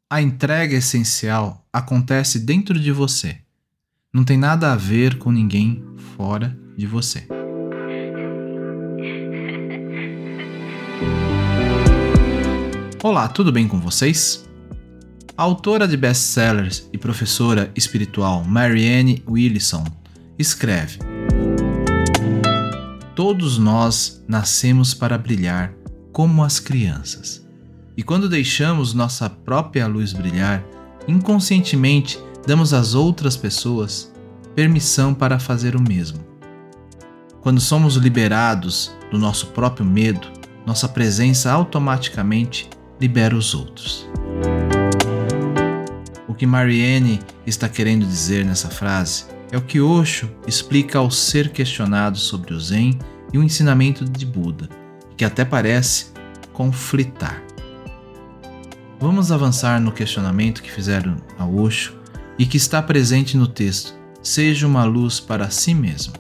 A entrega essencial acontece dentro de você. Não tem nada a ver com ninguém fora de você. Olá, tudo bem com vocês? A autora de best-sellers e professora espiritual Marianne Williamson escreve: todos nós nascemos para brilhar como as crianças. E quando deixamos nossa própria luz brilhar, inconscientemente damos às outras pessoas permissão para fazer o mesmo. Quando somos liberados do nosso próprio medo, nossa presença automaticamente libera os outros. O que Marianne está querendo dizer nessa frase é o que Osho explica ao ser questionado sobre o Zen e o ensinamento de Buda, que até parece conflitar. Vamos avançar no questionamento que fizeram a Osho e que está presente no texto: seja uma luz para si mesmo.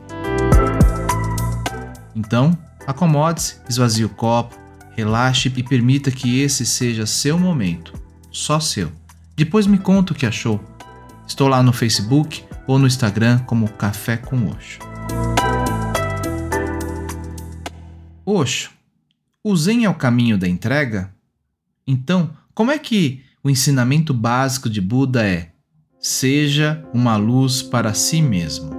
Então, acomode-se, esvazie o copo, relaxe e permita que esse seja seu momento, só seu. Depois me conta o que achou. Estou lá no Facebook ou no Instagram como Café com Osho. Osho, o Zen é o caminho da entrega? Então, como é que o ensinamento básico de Buda é: seja uma luz para si mesmo?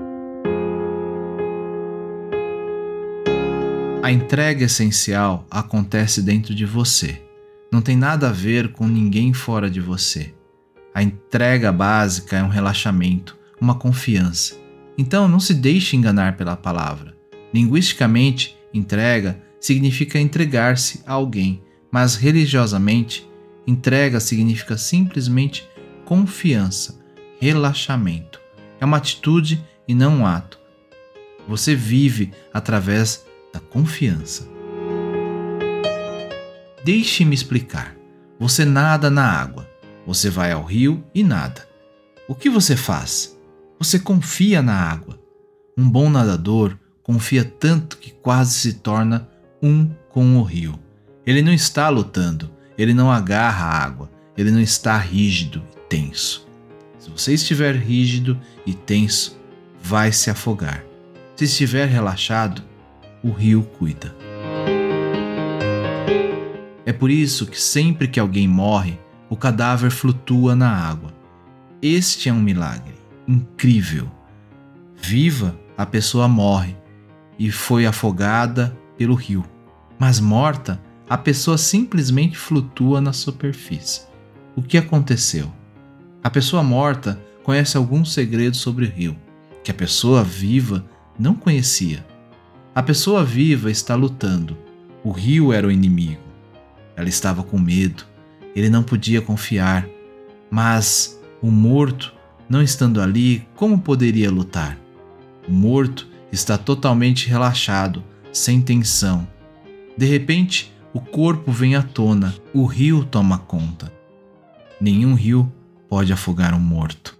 A entrega essencial acontece dentro de você. Não tem nada a ver com ninguém fora de você. A entrega básica é um relaxamento, uma confiança. Então não se deixe enganar pela palavra. Linguisticamente, entrega significa entregar-se a alguém, mas religiosamente, entrega significa simplesmente confiança, relaxamento. É uma atitude e não um ato. Você vive através da confiança. Deixe-me explicar. Você nada na água. Você vai ao rio e nada. O que você faz? Você confia na água. Um bom nadador confia tanto que quase se torna um com o rio. Ele não está lutando, ele não agarra a água, ele não está rígido e tenso. Se você estiver rígido e tenso, vai se afogar. Se estiver relaxado, o rio cuida. É por isso que sempre que alguém morre, o cadáver flutua na água. Este é um milagre incrível. Viva, a pessoa morre e foi afogada pelo rio. Mas morta, a pessoa simplesmente flutua na superfície. O que aconteceu? A pessoa morta conhece alguns segredos sobre o rio, que a pessoa viva não conhecia. A pessoa viva está lutando. O rio era o inimigo. Ela estava com medo. Ele não podia confiar. Mas o morto, não estando ali, como poderia lutar? O morto está totalmente relaxado, sem tensão. De repente, o corpo vem à tona. O rio toma conta. Nenhum rio pode afogar um morto.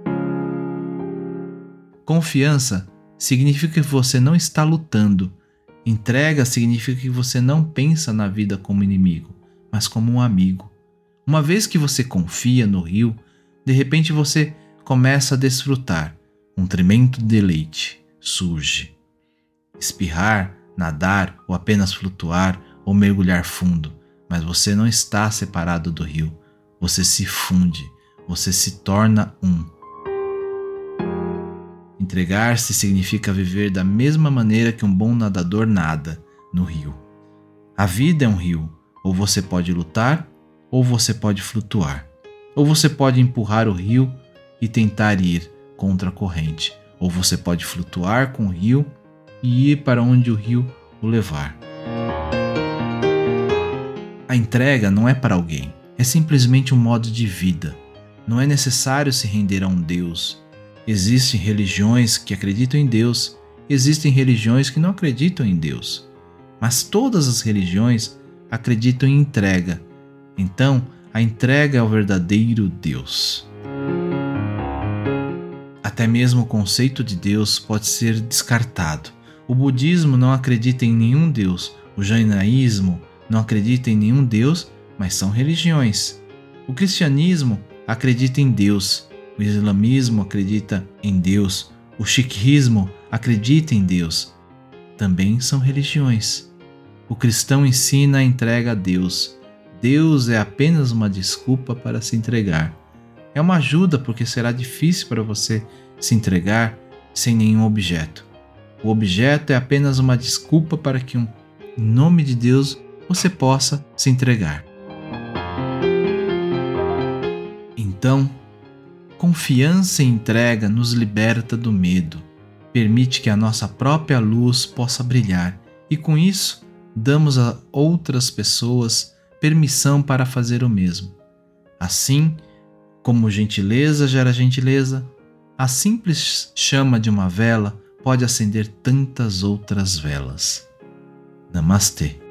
Confiança significa que você não está lutando. Entrega significa que você não pensa na vida como inimigo, mas como um amigo. Uma vez que você confia no rio, de repente você começa a desfrutar. Um tremendo deleite surge. Espirrar, nadar ou apenas flutuar ou mergulhar fundo, mas você não está separado do rio. Você se funde, você se torna um. Entregar-se significa viver da mesma maneira que um bom nadador nada no rio. A vida é um rio. Ou você pode lutar, ou você pode flutuar. Ou você pode empurrar o rio e tentar ir contra a corrente. Ou você pode flutuar com o rio e ir para onde o rio o levar. A entrega não é para alguém. É simplesmente um modo de vida. Não é necessário se render a um Deus. Existem religiões que acreditam em Deus, existem religiões que não acreditam em Deus. Mas todas as religiões acreditam em entrega. Então, a entrega é o verdadeiro Deus. Até mesmo o conceito de Deus pode ser descartado. O budismo não acredita em nenhum Deus. O jainismo não acredita em nenhum Deus, mas são religiões. O O cristianismo acredita em Deus, o islamismo acredita em Deus, o sikhismo acredita em Deus. Também são religiões. O cristão ensina a entrega a Deus. Deus é apenas uma desculpa para se entregar. É uma ajuda porque será difícil para você se entregar sem nenhum objeto. O objeto é apenas uma desculpa para que, em nome de Deus, você possa se entregar. Então, confiança e entrega nos liberta do medo, permite que a nossa própria luz possa brilhar e, com isso, damos a outras pessoas permissão para fazer o mesmo. Assim, como gentileza gera gentileza, a simples chama de uma vela pode acender tantas outras velas. Namastê.